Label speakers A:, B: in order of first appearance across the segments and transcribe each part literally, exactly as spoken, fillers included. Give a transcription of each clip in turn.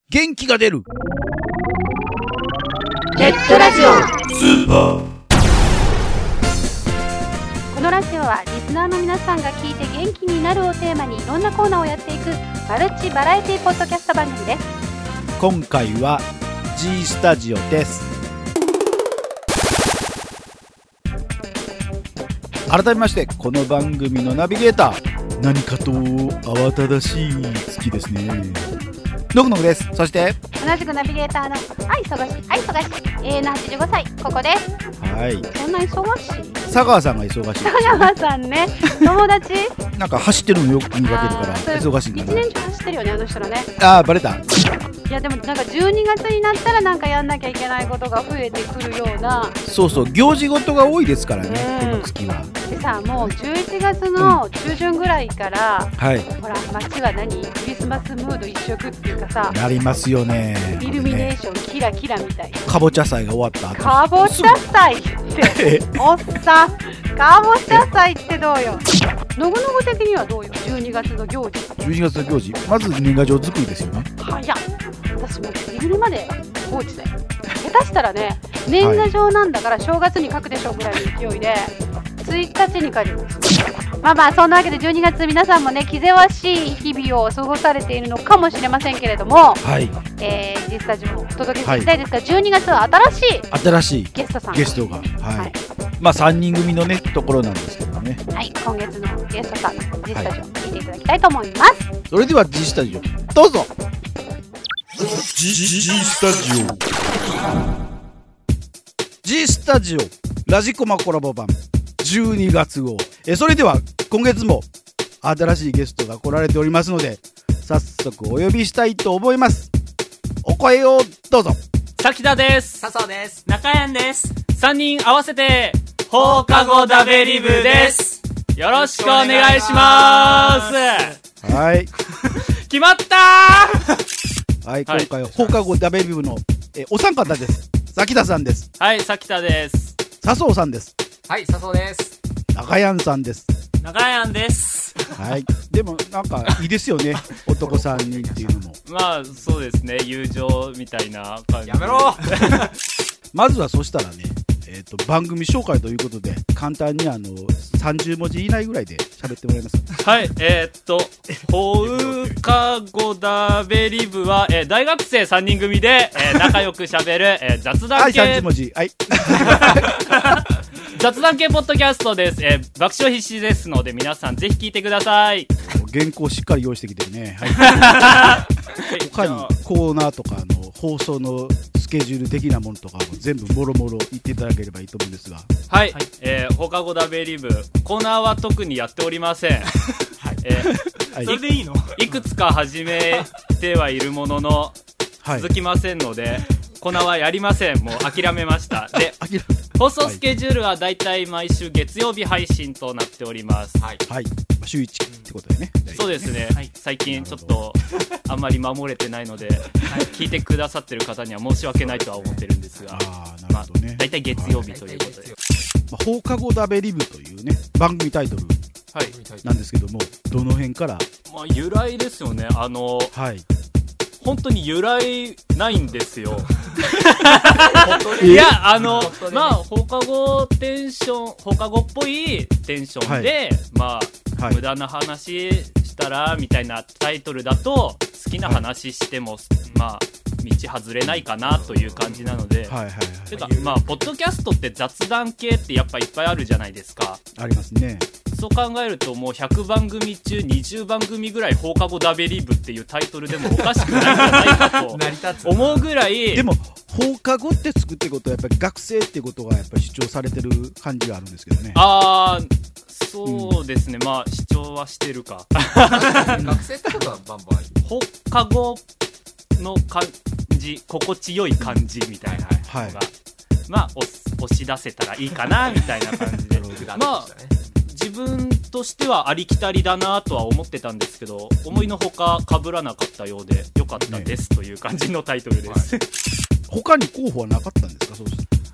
A: 元気が出る
B: ネットラジオ
A: スーパー。
B: このラジオはリスナーの皆さんが聞いて元気になるをテーマにいろんなコーナーをやっていくマルチバラエティポッドキャスト番組です。
A: 今回は G スタジオです。改めましてこの番組のナビゲーター、何かと慌ただしい好きですね、のくのくです。そして
B: 同じくナビゲーターのはい忙しいはい忙しい永遠のはちじゅうごさいここです。
A: はい。
B: そんな忙しい？
A: 佐川さんが忙しい。
B: 佐川さんね、友達
A: なんか走ってるのよく見かけるから忙しいんかな。
B: 一年中走ってるよね、あの人らね。
A: ああ、バレた。
B: いやでもなんかじゅうにがつになったらなんかやんなきゃいけないことが増えてくるような。
A: そうそう、行事事が多いですからね、
B: うん、
A: この月は。
B: でさ、もうじゅういちがつの中旬ぐらいから、うん、
A: はい、
B: ほら街は何クリスマスムード一色っていうかさ、
A: なりますよね。
B: イルミネーション、ね、キラキラみたいな。
A: かぼちゃ祭が終わった後、
B: かぼちゃ祭っておっさん、かぼちゃ祭ってどうよ。のぐのぐ的にはどうよ、じゅうにがつの行事。
A: じゅうにがつの行事、まず年賀状作りですよね。
B: 早っ、私もうギリギリまで放置だよ。下手したらね、年賀状なんだから正月に書くでしょうぐらいの勢いで、はい、ついたちに書いてます。まあまあそんなわけでじゅうにがつ皆さんもね、気ぜわしい日々を過ごされているのかもしれませんけれども、はい、えー、Gスタジオをお届けしていきたいですが、はい、じゅうにがつは新しい
A: 新しい
B: ゲストさん
A: ゲストが、はい
B: はい、
A: まあさんにん組のねところなんですけどね。
B: はい、今月のゲストさん G スタジオ聞いていただきたいと思います。はい、
A: それでは G スタジオどうぞ。 G, G スタジオ G スタジオラジコマコラボ版じゅうにがつ号。えそれでは今月も新しいゲストが来られておりますので、早速お呼びしたいと思います。お声をどうぞ。
C: さきたです。
D: 笹です。
C: 中やんです。さんにん合わせて放課後ダベリブです。よろしくお願いします。
A: はい。
C: 決まったー。はい、
A: 今回は放課後ダベリブのえお三方です。さきたさんです。
C: はい、さきたです。
A: 笹生さんです。
D: はい、笹生です。
A: 中やんさんです。
C: 中やんです。
A: はい。でもなんかいいですよね。男さんにんっていうのも。
C: まあそうですね。友情みたいな感じ。
D: やめろ。
A: まずはそしたらね、えっと番組紹介ということで簡単にあのさんじゅうもじ以内ぐらいで喋ってもらえますか。
C: はい。えー、っと放課後ダベリブは、えー、大学生さんにん組で、えー、仲良く喋る、えー、雑談系。
A: はい、さんじゅうもじ。はい。
C: 雑談系ポッドキャストです、えー、爆笑必至ですので皆さんぜひ聞いてください。
A: 原稿しっかり用意してきてるね。はい、他にコーナーとかの放送のスケジュール的なものとかも全部もろもろ言っていただければいいと思うんですが。
C: はい、はい、えー、放課後ダベリブコーナーは特にやっておりません。はい、えーはい、それでいいの？いくつか始めてはいるものの、はい、続きませんのでコーナーはやりません。もう諦めました。で放送スケジュールはだいたい毎週月曜日配信となっております。はい、
A: はい、週いちってことでね。
C: そうですね、はい、最近ちょっとあんまり守れてないので、はい、聞いてくださってる方には申し訳ないとは思ってるんですが、
A: あー、なるほどね。
C: まあ、だいたい月曜日ということで、
A: まあ、放課後ダベリブというね番組タイトルなんですけども、どの辺から、
C: まあ、由来ですよね。あの、はい、本当に由来ないんですよ。いや、あの、まあ放課後テンション、放課後っぽいテンションで、はい、まあ、はい、無駄な話したらみたいなタイトルだと好きな話しても、はい、まあ道外れないかなという感じなので、はいはいはい、てかまあポッドキャストって雑談系ってやっぱいっぱいあるじゃないですか。
A: ありますね。
C: そう考えるともうひゃくばん組中にじゅうばん組ぐらい放課後ダベリブっていうタイトルでもおかしくないんじゃないかと思うぐらい。
A: でも放課後ってつくってことはやっぱり学生ってことがやっぱり主張されてる感じがあるんですけどね。
C: ああ、そうですね、うん、まあ主張はしてるか。
D: 学生ってことはバンバン
C: 放課後の感じ、心地よい感じみたいなのが、はい、まあ押し出せたらいいかなみたいな感じでまあ自分としてはありきたりだなとは思ってたんですけど、思いのほか被らなかったようでよかったです、ね、という感じのタイトルです、はい、
A: 他に候補はなかったんですか？そうです。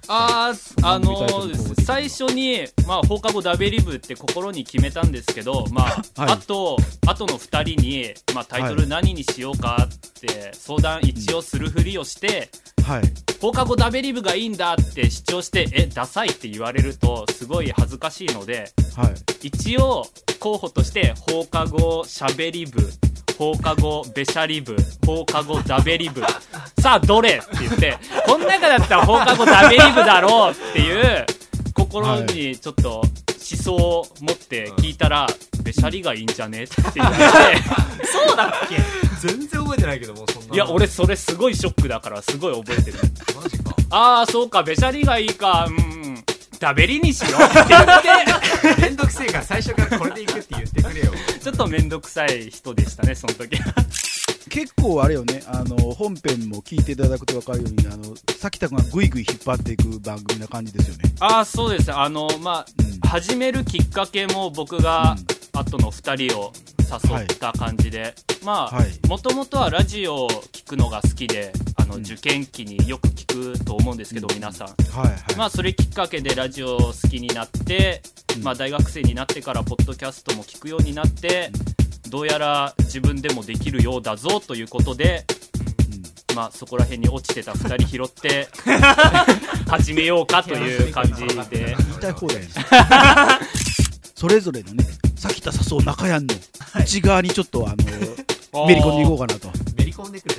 C: あーあのー、最
A: 初
C: 初に、まあ、放課後ダベリブって心に決めたんですけど、まあはい、あとあとのふたりに、まあ、タイトル何にしようかって相談一応するふりをして、はい、放課後ダベリブがいいんだって主張してえダサいって言われるとすごい恥ずかしいので、はい、一応候補として放課後しゃべり部、放課後べしゃり部、放課後ダベリ部さあどれって言ってこの中だったら放課後ダベリ部だろうっていう心にちょっと思想を持って聞いたら、べしゃりがいいんじゃねって言って
D: そうだっけ全然覚えてないけどもうそんな。
C: いや俺それすごいショックだからすごい覚えてる。
D: マジか。
C: ああそうかべしゃりがいいか、うんダベリにしろって言って
D: めんどくせえから最初からこれでいくって言ってくれよ。
C: ちょっとめんどくさい人でしたねその時は。
A: 結構あれよね、あの本編も聞いていただくと分かるように、あの咲田君がグイグイ引っ張っていく番組な感じですよね。
C: ああそうです。あのまあ、うん、始めるきっかけも僕が、うん、後のふたりを誘った感じで、はい、まあもともとはラジオを聞くのが好きで、あの、うん、受験期によく聞くと思うんですけど、うん、皆さん、はいはい、まあそれきっかけでラジオ好きになって、うん、まあ大学生になってからポッドキャストも聞くようになって、うん、どうやら自分でもできるようだぞということで、うん、まあそこら辺に落ちてたふたり拾って始めようかという感じで
A: 言いたい放題ですそれぞれのね咲田誘う中やんの内側にちょっとあのめり込んでいこうかなと。
D: めり込んでくる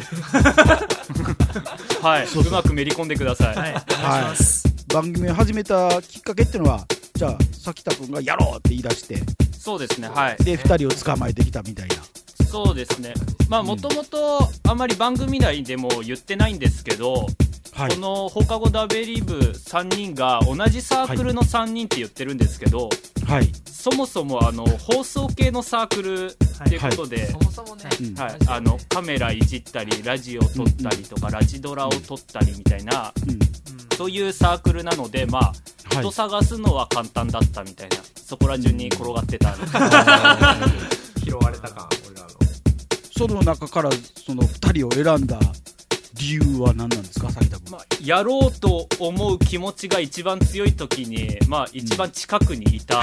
C: はい、そうそううまくめり込んでください。はい、お願いし
A: ます。はい、番組を始めたきっかけっていうのはじゃあ咲田君がやろうって言い出して、
C: そうですね、はい、
A: でふたりを捕まえてきたみたいな。
C: そうですね。まあもともとあんまり番組内でも言ってないんですけど、はい、この放課後ダベリブさんにんが同じサークルのさんにんって言ってるんですけど、はい、そもそもあの放送系のサークルっていうことで、はいはい、そもそもね、はい、あのカメラいじったりラジオ撮ったりとか、うん、ラジドラを撮ったりみたいな、うん、そういうサークルなので、まあ、はい、人探すのは簡単だったみたいな、そこら中に転がってた、うん、
D: 拾われたか俺らの。
A: その中からそのふたりを選んだ理由は何なんですか、咲田君。
C: まあ、やろうと思う気持ちが一番強い時に、まあ、一番近くにいた、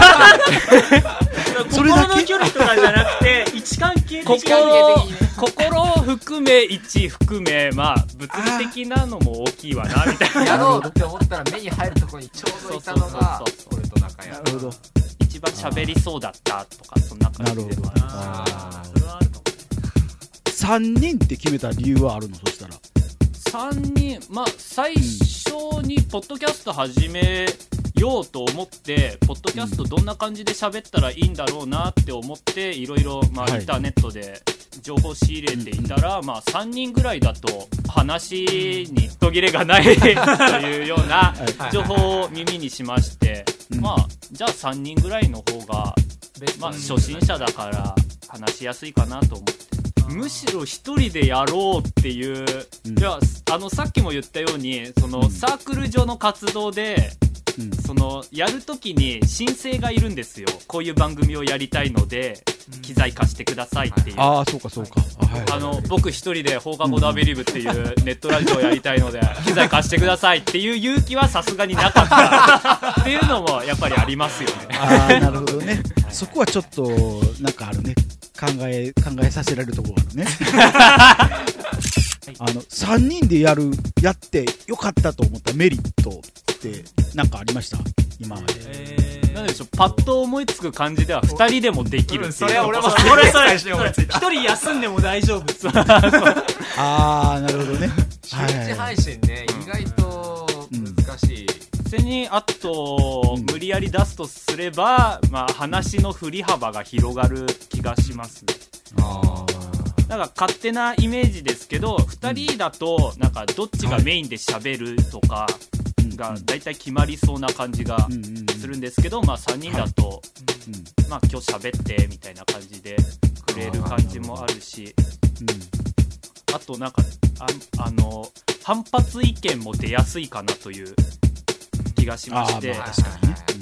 E: うん、心の距離とかじゃなくて位置関係的に
C: 心を含め位置含め、まあ、物理的なのも大きいわなみたいな。
D: やろうって思ったら目に入るところにちょうどいたのが俺と仲や。
A: なるほど。
C: 一番喋りそうだったとかそんな感じで。なるほど。あそれはあるかも。
A: さんにんって決めた理由はあるの？そしたら
C: さんにん、まあ最初にポッドキャスト始めようと思って、ポッドキャストどんな感じで喋ったらいいんだろうなって思っていろいろインターネットで情報仕入れていたら、はい、まあさんにんぐらいだと話に途切れがないというような情報を耳にしまして、まあじゃあさんにんぐらいの方が、まあ、初心者だから話しやすいかなと思って、むしろ一人でやろうっていう、うん、いやあのさっきも言ったようにその、うん、サークル上の活動で、うん、そのやるときに申請がいるんですよ。こういう番組をやりたいので、うん、機材貸してくださいっていう、
A: ああそうかそうか、
C: あの僕一人で放課後ダベリブっていうネットラジオをやりたいので機材貸してくださいっていう勇気はさすがになかったっていうのもやっぱりありますよね。
A: ああなるほどねそこはちょっとなんかあるね、考え考えさせられるところがあるねあのさんにんでやるやってよかったと思ったメリットって何かありました今まで？
C: えー、なんでしょう、パッと思いつく感じではふたりでもできるっていう、うん、
E: それは俺もそれ最初に思いついた。ひとり休んでも大丈夫
A: ああなるほどね。
D: 週いち配信ね、意外と難しい、
C: うん、それにあと、うん、無理やり出すとすれば、まあ、話の振り幅が広がる気がしますね。あなんか勝手なイメージですけど、ふたりだとなんかどっちがメインで喋るとかがだいたい決まりそうな感じがするんですけど、まあさんにんだと、まあ今日喋ってみたいな感じでくれる感じもあるし、あとなんか あ, あの反発意見も出やすいかなという気がしまして、
A: あ、まあ確かにね、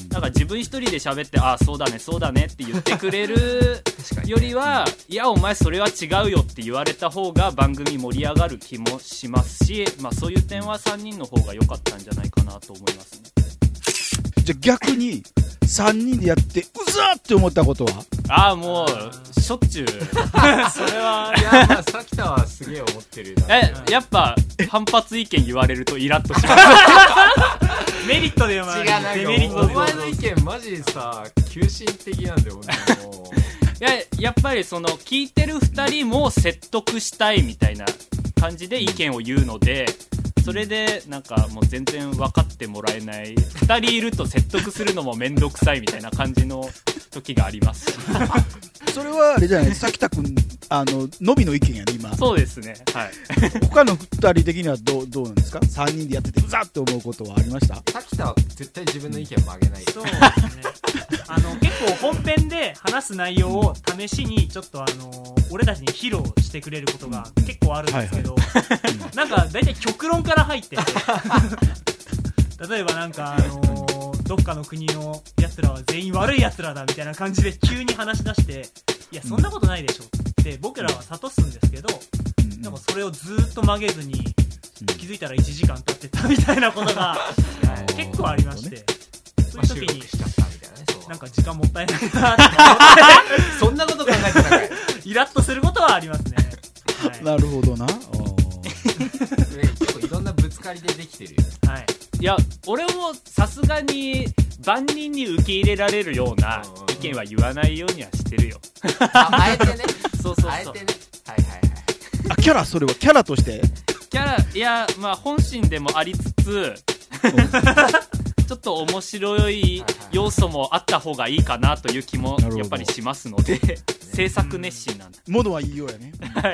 C: なんか自分一人で喋ってあそうだねそうだねって言ってくれるよりはいやお前それは違うよって言われた方が番組盛り上がる気もしますし、まあ、そういう点はさんにんの方が良かったんじゃないかなと思いますね。
A: じゃあ逆にさんにんでやってうざーって思ったことは？
C: ああもうしょっちゅうそれはい
D: やまあさきたはすげえ思ってるな。
C: えやっぱ反発意見言われるとイラッとします
E: メリットではない
D: 違うなんか
E: デメリットで
D: お前の意見マジさ急進的なんだよ本当にもう
C: いややっぱりその聞いてるふたりも説得したいみたいな感じで意見を言うので、それでなんかもう全然分かってもらえないふたりいると説得するのもめんどくさいみたいな感じの時があります
A: それはあれじゃないさきたくんあののびの意見やね今。
C: そうですねはい
A: 他のふたり的にはどう、どうなんですか？さんにんでやっててうざって思うことはありました？
D: さきたは絶対自分の意見を曲げない。
E: そうですねあの結構本編で話す内容を試しにちょっとあの俺たちに披露してくれることが結構あるんですけど、はいはい、なんか大体極論から入ってて例えばなんかあのー、どっかの国のやつらは全員悪いやつらだみたいな感じで急に話し出していやそんなことないでしょって僕らは諭すんですけど、でもそれをずっと曲げずに気づいたらいちじかん経ってたみたいなことが結構ありまして、そういう時になんか時間もったいないなって思って
D: そんなこと考えてたかい
E: イラッとすることはありますね、
A: はい、なるほどな
D: 結構いろんなぶつかりでできてるよ、
E: はい、
C: いや俺もさすがに万人に受け入れられるような意見は言わないようにはしてるよ
D: あ, あえてね
C: そうそうそう
D: あえてねはいはいはい
A: あキャラそれはキャラとして
C: キャラいやまあ本心でもありつつちょっと面白い要素もあった方がいいかなという気もやっぱりしますので制作熱心なんだ。
A: ものは言いようやね
C: はい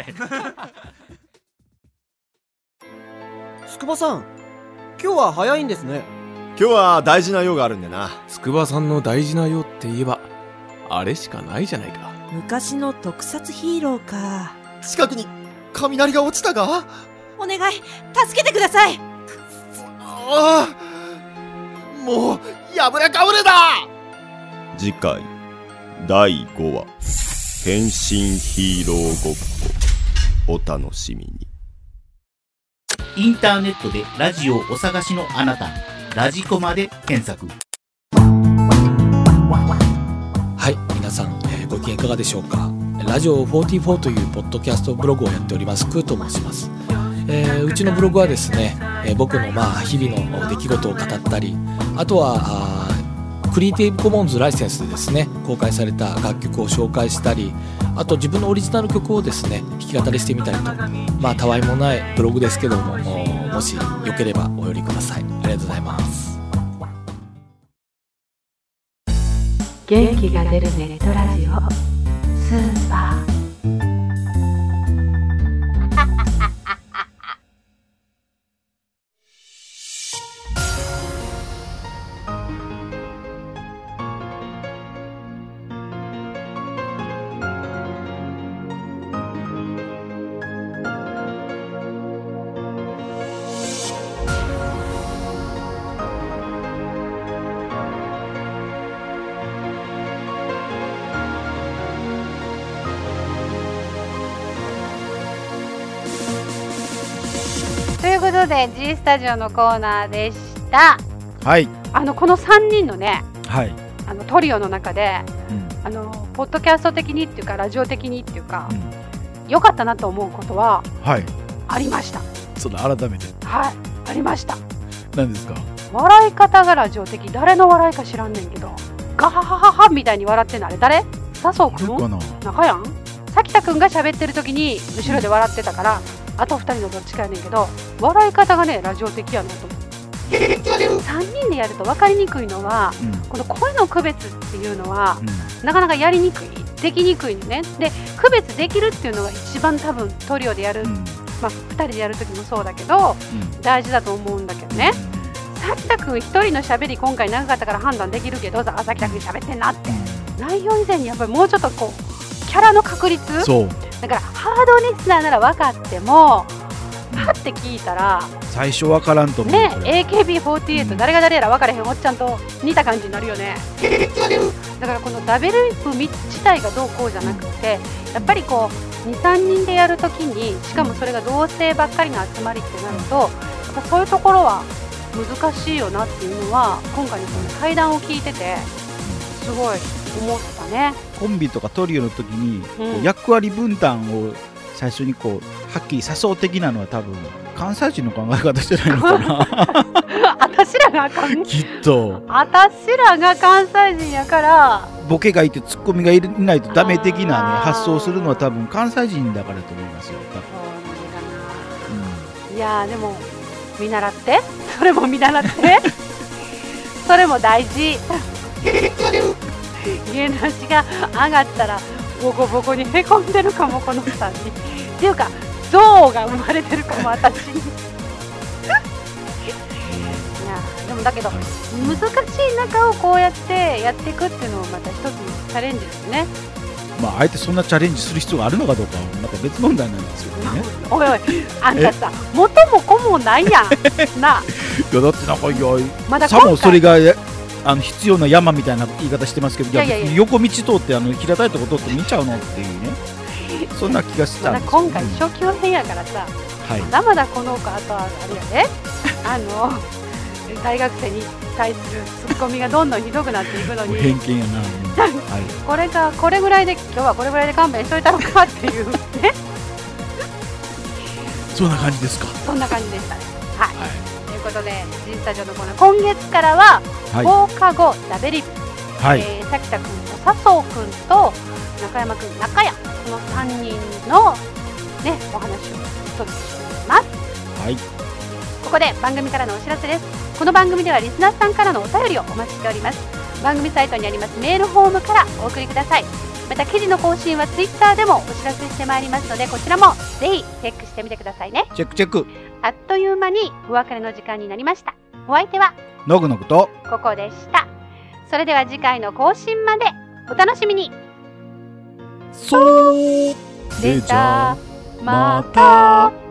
F: 筑波さん今日は早いんですね。
G: 今日は大事な用があるんでな。
H: 筑波さんの大事な用って言えばあれしかないじゃないか。
I: 昔の特撮ヒーローか。
G: 近くに雷が落ちたが。
I: お願い助けてください。
G: ああもうやぶれかぶれだ。次回だいごわ変身ヒーローごっこお楽しみに。
J: インターネットでラジオをお探しのあなた、ラジコマで検索。
K: はい、皆さん、えー、ご機嫌いかがでしょうか。ラジオよんじゅうよんというポッドキャストブログをやっておりますクーと申します。えー、うちのブログはですね、えー、僕のまあ日々の出来事を語ったり、あとはあクリエイティブコモンズライセンスでですね公開された楽曲を紹介したり、あと自分のオリジナル曲をですね弾き語りしてみたりと、まあたわいもないブログですけども、もしよければお寄りください。ありがとうございます。
B: 元気が出るネットラジオスーパーということで G スタジオのコーナーでした。
A: はい。
B: あのこのさんにんのね、
A: はい。
B: あのトリオの中で、
A: うん、
B: あのポッドキャスト的にっていうかラジオ的にっていうか、良、うん、かったなと思うことは、はい、ありました。
A: その改めて。はい、ありました。何ですか。
B: 笑い方がラジオ的。誰の笑いか知らんねんけど、ガハハハハみたいに笑ってんのあれ誰？笹生くんの中やん。さきたくんが喋ってる時に後ろで笑ってたから。うんあとふたりのどっちかやねんけど、笑い方がねラジオ的やなと思う。さんにんでやると分かりにくいのは、うん、この声の区別っていうのは、うん、なかなかやりにくいできにくいのね。で区別できるっていうのが一番多分トリオでやる、うんまあ、ふたりでやる時もそうだけど、うん、大事だと思うんだけどね。さきたくんひとりのしゃべり今回長かったから判断できるけど、さきたくんしゃべってんなって内容以前にやっぱりもうちょっとこうキャラの確立、そうだからハードリスナーなら分かっても、 パッて聞いたら
A: 最初わからんと思う
B: ね
A: これ
B: エーケービーフォーティーエイト、うん、誰が誰やら分からへんおっちゃんと似た感じになるよねだからこのダブルリップ自体がどうこうじゃなくて、やっぱりこう にさんにんでやるときに、しかもそれが同性ばっかりの集まりってなると、やっぱそういうところは難しいよなっていうのは今回のその対談を聞いててすごい思ったね。
A: コンビとかトリオの時に、
B: うん、
A: 役割分担を最初にこうはっきりさそう的なのは多分関西人の考え方じゃないのかな
B: 私らがあかん
A: きっと
B: 私らが関西人やから
A: ボケがいてツッコミがいないとダメ的な、ね、発想をするのは多分関西人だからと思いますよ。
B: うん、いやでも見習ってそれも見習ってそれも大事家の足が上がったらボコボコにへこんでるかもこのさんにっていうか象が生まれてるかも私にいやでもだけど難しい中をこうやってやっていくっていうのもまた一つのチャレンジですね。
A: まああえてそんなチャレンジする必要があるのかどうかはまた別問題なんですけどね
B: おいおいあんたさ元も子もないやんなあ
A: いやだってなんかいや、
B: まだ
A: さもそれがあの必要な山みたいな言い方してますけど、いやいやいや横道通ってあの平たいとこ通って見ちゃうのっていうねそんな気がしちゃうんですよ、ね、
B: ま、今回初級編やからさ、はい、まだまだこの子あとはあれやねあの大学生に対するツッコミがどんどんひどくなっていくのに
A: 偏見やな、はい、
B: これがこれぐらいで今日はこれぐらいで勘弁しといたのかっていうね
A: そんな感じですか。
B: そんな感じでしたね。はい、はい、ということで G スタジオのコーナー今月からは放課後ダベリップ、はい、えー、咲田君と笹生君と中山君中谷このさんにんの、ね、お話をお届けしています。
A: はい、
B: ここで番組からのお知らせです。この番組ではリスナーさんからのお便りをお待ちしております。番組サイトにありますメールフォームからお送りください。また記事の更新はツイッターでもお知らせしてまいりますので、こちらもぜひチェックしてみてくださいね。
A: チェックチェック。
B: あっという間にお別れの時間になりました。お相手は
A: のぐのぐと
B: ここでした。それでは次回の更新までお楽しみに。
A: そう
B: でじゃあまた。